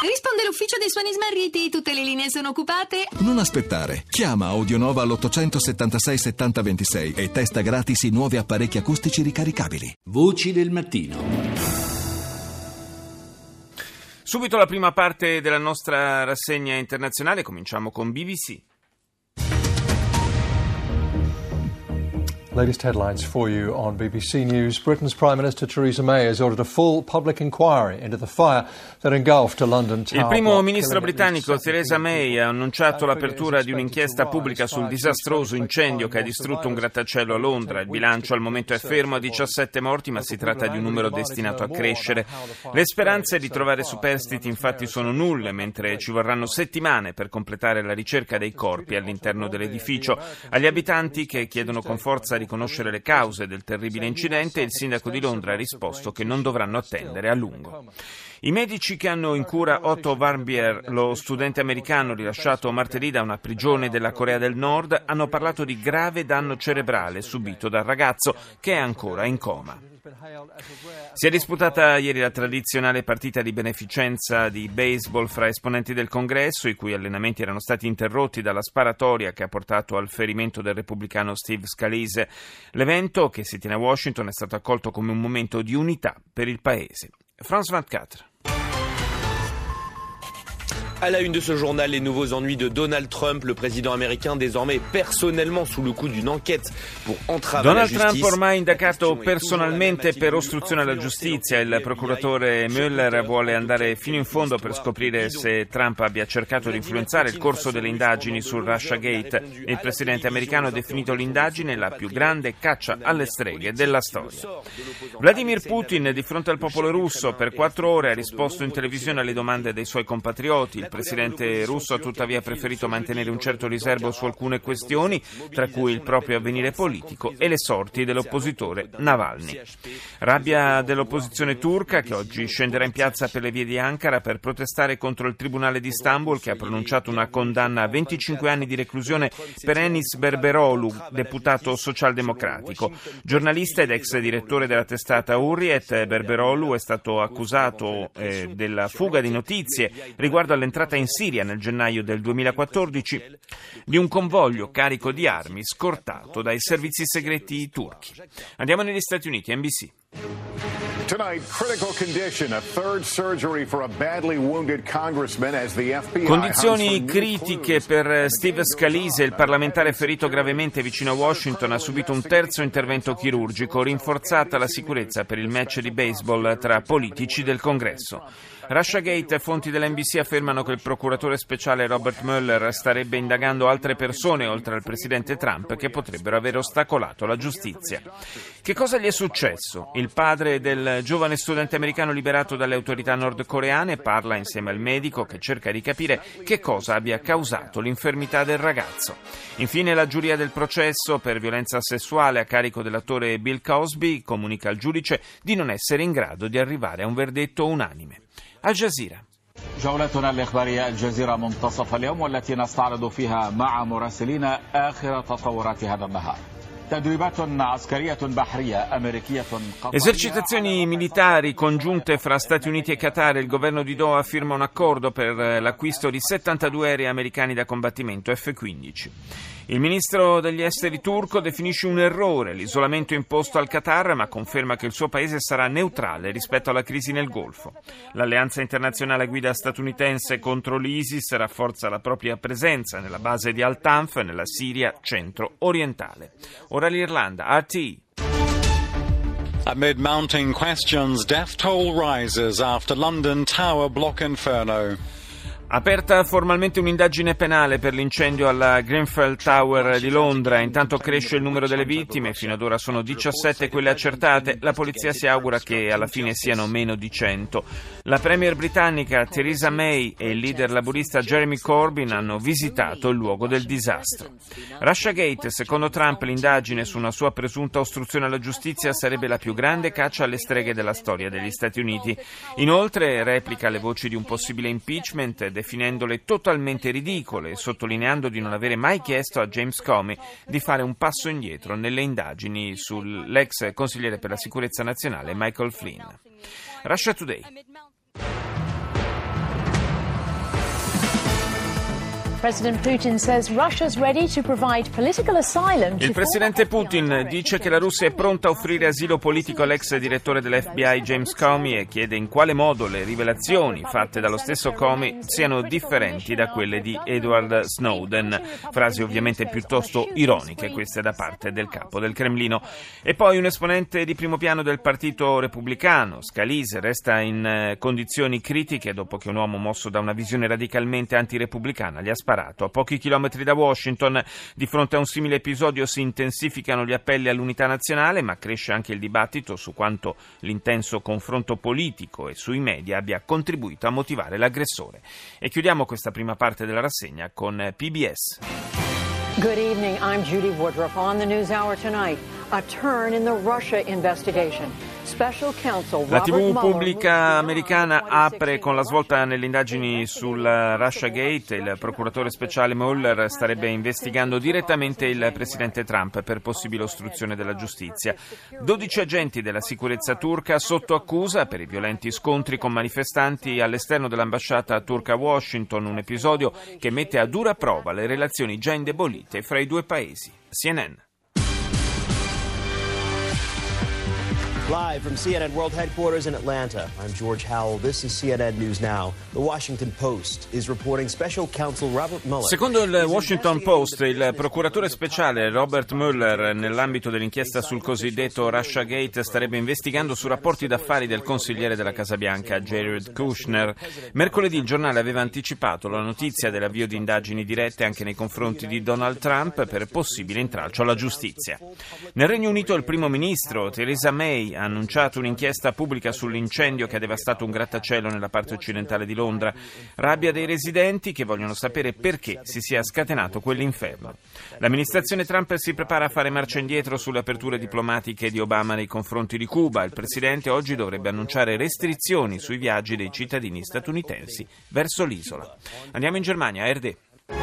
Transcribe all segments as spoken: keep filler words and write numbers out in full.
Risponde l'ufficio dei suoni smarriti, tutte le linee sono occupate. Non aspettare, chiama Audionova all'ottocentosettantasei settanta ventisei e testa gratis i nuovi apparecchi acustici ricaricabili. Voci del mattino. Subito la prima parte della nostra rassegna internazionale, cominciamo con B B C. Latest headlines for you on B B C News. Britain's Prime Minister Theresa May has ordered a full public inquiry into the fire that engulfed a London tower. Il primo ministro britannico Theresa May ha annunciato l'apertura di un'inchiesta pubblica sul disastroso incendio che ha distrutto un grattacielo a Londra. Il bilancio al momento è fermo a diciassette morti, ma si tratta di un numero destinato a crescere. Le speranze di trovare superstiti infatti sono nulle, mentre ci vorranno settimane per completare la ricerca dei corpi all'interno dell'edificio. Agli abitanti, che chiedono con forza di conoscere le cause del terribile incidente, il sindaco di Londra ha risposto che non dovranno attendere a lungo. I medici che hanno in cura Otto Warmbier, lo studente americano rilasciato martedì da una prigione della Corea del Nord, hanno parlato di grave danno cerebrale subito dal ragazzo, che è ancora in coma. Si è disputata ieri la tradizionale partita di beneficenza di baseball fra esponenti del Congresso, i cui allenamenti erano stati interrotti dalla sparatoria che ha portato al ferimento del repubblicano Steve Scalise. L'evento, che si tiene a Washington, è stato accolto come un momento di unità per il paese. France vingt-quatre. À la une de ce journal, les nouveaux ennuis de Donald Trump, le président américain désormais personnellement sous le coup d'une enquête pour entrave à la Donald justice. Trump ormai indagato personalmente per ostruzione alla giustizia. Il procuratore Mueller vuole andare fino in fondo per scoprire se Trump abbia cercato di influenzare il corso delle indagini sul Russiagate. Il presidente americano ha definito l'indagine la più grande caccia alle streghe della storia. Vladimir Putin, di fronte al popolo russo, per quattro ore ha risposto in televisione alle domande dei suoi compatrioti. Il presidente russo ha tuttavia preferito mantenere un certo riservo su alcune questioni, tra cui il proprio avvenire politico e le sorti dell'oppositore Navalny. Rabbia dell'opposizione turca, che oggi scenderà in piazza per le vie di Ankara per protestare contro il tribunale di Istanbul, che ha pronunciato una condanna a venticinque anni di reclusione per Enis Berberoğlu, deputato socialdemocratico. Giornalista ed ex direttore della testata Hurriyet, Berberoğlu è stato accusato eh, della fuga di notizie riguardo all'entrata in Siria nel gennaio del duemilaquattordici di un convoglio carico di armi scortato dai servizi segreti turchi. Andiamo negli Stati Uniti, N B C. Tonight, critical condition, a third surgery for a badly wounded congressman as the F B I. Condizioni critiche per Steve Scalise, il parlamentare ferito gravemente vicino a Washington ha subito un terzo intervento chirurgico, rinforzata la sicurezza per il match di baseball tra politici del Congresso. Russiagate, fonti dell'N B C affermano che il procuratore speciale Robert Mueller starebbe indagando altre persone oltre al presidente Trump che potrebbero aver ostacolato la giustizia. Che cosa gli è successo? Il padre del giovane studente americano liberato dalle autorità nordcoreane parla insieme al medico che cerca di capire che cosa abbia causato l'infermità del ragazzo. Infine la giuria del processo per violenza sessuale a carico dell'attore Bill Cosby comunica al giudice di non essere in grado di arrivare a un verdetto unanime. Al Jazeera. جولتنا الإخبارية الجزيرة منتصف اليوم والتي نستعرض فيها مع مراسلين آخر تطورات هذا النهار. Esercitazioni militari congiunte fra Stati Uniti e Qatar. Il governo di Doha firma un accordo per l'acquisto di settantadue aerei americani da combattimento F quindici. Il ministro degli esteri turco definisce un errore l'isolamento imposto al Qatar, ma conferma che il suo paese sarà neutrale rispetto alla crisi nel Golfo. L'alleanza internazionale a guida statunitense contro l'ISIS rafforza la propria presenza nella base di Al-Tanf nella Siria centro-orientale. Ora l'Irlanda, R T I. Amid mounting questions, death toll rises after London Tower block inferno. Aperta formalmente un'indagine penale per l'incendio alla Grenfell Tower di Londra. Intanto cresce il numero delle vittime, fino ad ora sono diciassette quelle accertate. La polizia si augura che alla fine siano meno di cento. La premier britannica Theresa May e il leader laburista Jeremy Corbyn hanno visitato il luogo del disastro. Russiagate, secondo Trump, l'indagine su una sua presunta ostruzione alla giustizia sarebbe la più grande caccia alle streghe della storia degli Stati Uniti. Inoltre replica le voci di un possibile impeachment, definendole totalmente ridicole e sottolineando di non avere mai chiesto a James Comey di fare un passo indietro nelle indagini sull'ex consigliere per la sicurezza nazionale Michael Flynn. Russia Today. President Putin says Russia's ready to provide political asylum. Il presidente Putin dice che la Russia è pronta a offrire asilo politico all'ex direttore dell'F B I James Comey e chiede in quale modo le rivelazioni fatte dallo stesso Comey siano differenti da quelle di Edward Snowden. Frasi ovviamente piuttosto ironiche queste da parte del capo del Cremlino. E poi un esponente di primo piano del partito repubblicano, Scalise, resta in condizioni critiche dopo che un uomo mosso da una visione radicalmente antirepubblicana gli ha sparato. A pochi chilometri da Washington, di fronte a un simile episodio, si intensificano gli appelli all'unità nazionale, ma cresce anche il dibattito su quanto l'intenso confronto politico e sui media abbia contribuito a motivare l'aggressore. E chiudiamo questa prima parte della rassegna con P B S. Good evening, I'm Judy Woodruff. On the News Hour tonight, a turn in the Russia investigation. La tivù pubblica americana apre con la svolta nelle indagini sul Russiagate. Il procuratore speciale Mueller starebbe investigando direttamente il presidente Trump per possibile ostruzione della giustizia. dodici agenti della sicurezza turca sotto accusa per i violenti scontri con manifestanti all'esterno dell'ambasciata turca a Washington, un episodio che mette a dura prova le relazioni già indebolite fra i due paesi. C N N. Live from C N N World Headquarters in Atlanta, I'm George Howell. This is C N N News Now. The Washington Post is reporting Special Counsel Robert Mueller. Secondo il Washington Post, il procuratore speciale Robert Mueller, nell'ambito dell'inchiesta sul cosiddetto Russiagate, starebbe investigando su rapporti d'affari del consigliere della Casa Bianca, Jared Kushner. Mercoledì il giornale aveva anticipato la notizia dell'avvio di indagini dirette anche nei confronti di Donald Trump per possibile intralcio alla giustizia. Nel Regno Unito il primo ministro Theresa May ha annunciato un'inchiesta pubblica sull'incendio che ha devastato un grattacielo nella parte occidentale di Londra. Rabbia dei residenti che vogliono sapere perché si sia scatenato quell'inferno. L'amministrazione Trump si prepara a fare marcia indietro sulle aperture diplomatiche di Obama nei confronti di Cuba. Il presidente oggi dovrebbe annunciare restrizioni sui viaggi dei cittadini statunitensi verso l'isola. Andiamo in Germania, A R D.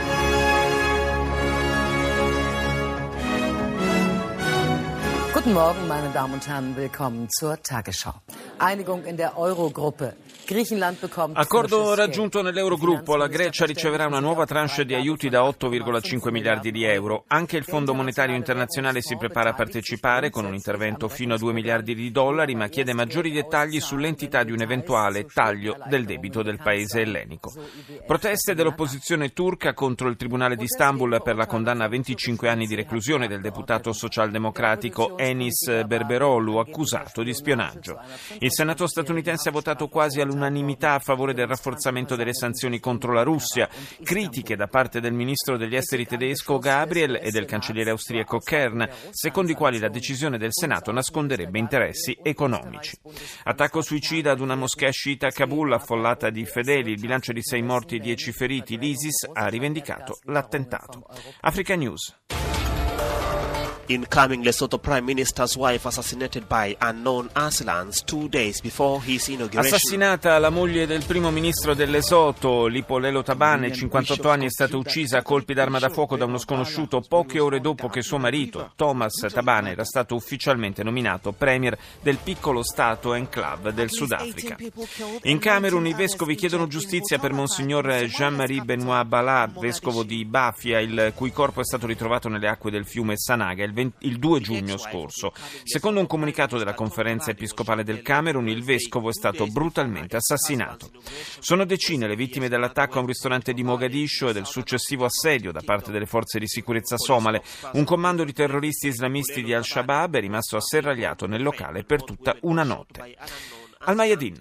Guten Morgen, meine Damen und Herren, willkommen zur Tagesschau. Einigung in der Eurogruppe. Griechenland bekommt Accordo raggiunto nell'Eurogruppo. La Grecia riceverà una nuova tranche di aiuti da otto virgola cinque miliardi di euro. Anche il Fondo Monetario Internazionale si prepara a partecipare con un intervento fino a due miliardi di dollari, ma chiede maggiori dettagli sull'entità di un eventuale taglio del debito del paese ellenico. Proteste dell'opposizione turca contro il Tribunale di Istanbul per la condanna a venticinque anni di reclusione del deputato socialdemocratico Enis Berberoglu, accusato di spionaggio. Il Senato statunitense ha votato quasi all'unanimità a favore del rafforzamento delle sanzioni contro la Russia. Critiche da parte del ministro degli esteri tedesco Gabriel e del cancelliere austriaco Kern, secondo i quali la decisione del Senato nasconderebbe interessi economici. Attacco suicida ad una moschea sciita a Kabul, affollata di fedeli. Il bilancio è di sei morti e dieci feriti. L'ISIS ha rivendicato l'attentato. Africa News. Incoming Lesotho Prime Minister's wife assassinated by unknown assailants two days before his inauguration. Assassinata la moglie del primo ministro del Lesotho, Lipolelo Tabane, cinquantotto anni, è stata uccisa a colpi d'arma da fuoco da uno sconosciuto poche ore dopo che suo marito, Thomas Tabane, era stato ufficialmente nominato premier del piccolo stato enclave del Sudafrica. In Camerun i vescovi chiedono giustizia per Monsignor Jean-Marie Benoit Bala, vescovo di Bafia, il cui corpo è stato ritrovato nelle acque del fiume Sanaga il due giugno scorso. Secondo un comunicato della Conferenza Episcopale del Camerun, il vescovo è stato brutalmente assassinato. Sono decine le vittime dell'attacco a un ristorante di Mogadiscio e del successivo assedio da parte delle forze di sicurezza somale. Un comando di terroristi islamisti di Al-Shabaab è rimasto asserragliato nel locale per tutta una notte. Al Mayadin.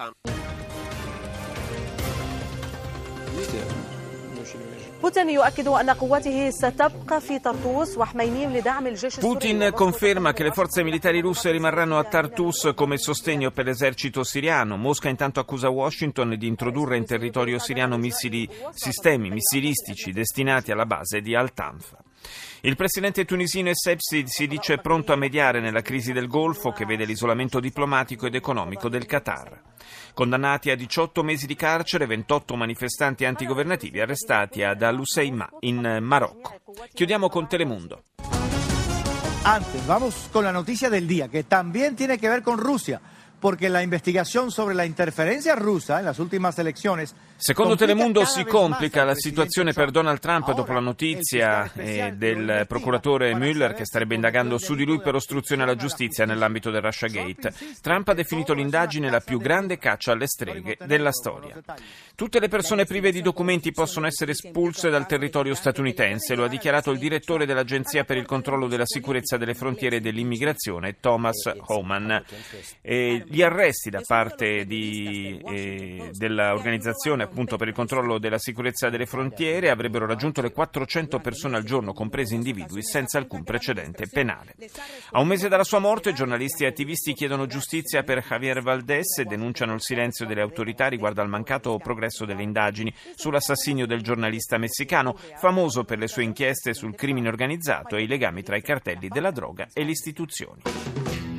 Putin conferma che le forze militari russe rimarranno a Tartus come sostegno per l'esercito siriano. Mosca intanto accusa Washington di introdurre in territorio siriano missili, sistemi missilistici destinati alla base di Al-Tanf. Il presidente tunisino Essebsi si dice pronto a mediare nella crisi del Golfo che vede l'isolamento diplomatico ed economico del Qatar. Condannati a diciotto mesi di carcere, ventotto manifestanti antigovernativi arrestati ad Al-Useima in Marocco. Chiudiamo con Telemundo. Antes, vamos con la noticia del día, que también tiene que ver con Rusia, porque la investigación sobre la interferencia rusa en las últimas elecciones Secondo Telemundo si complica la situazione per Donald Trump dopo la notizia eh, del procuratore Mueller che starebbe indagando su di lui per ostruzione alla giustizia nell'ambito del Russiagate. Trump ha definito l'indagine la più grande caccia alle streghe della storia. Tutte le persone prive di documenti possono essere espulse dal territorio statunitense, lo ha dichiarato il direttore dell'Agenzia per il controllo della sicurezza delle frontiere e dell'immigrazione, Thomas Homan. E gli arresti da parte di, eh, dell'organizzazione appunto per il controllo della sicurezza delle frontiere avrebbero raggiunto le quattrocento persone al giorno, compresi individui senza alcun precedente penale. A un mese dalla sua morte, giornalisti e attivisti chiedono giustizia per Javier Valdez e denunciano il silenzio delle autorità riguardo al mancato progresso delle indagini sull'assassinio del giornalista messicano, famoso per le sue inchieste sul crimine organizzato e i legami tra i cartelli della droga e le istituzioni.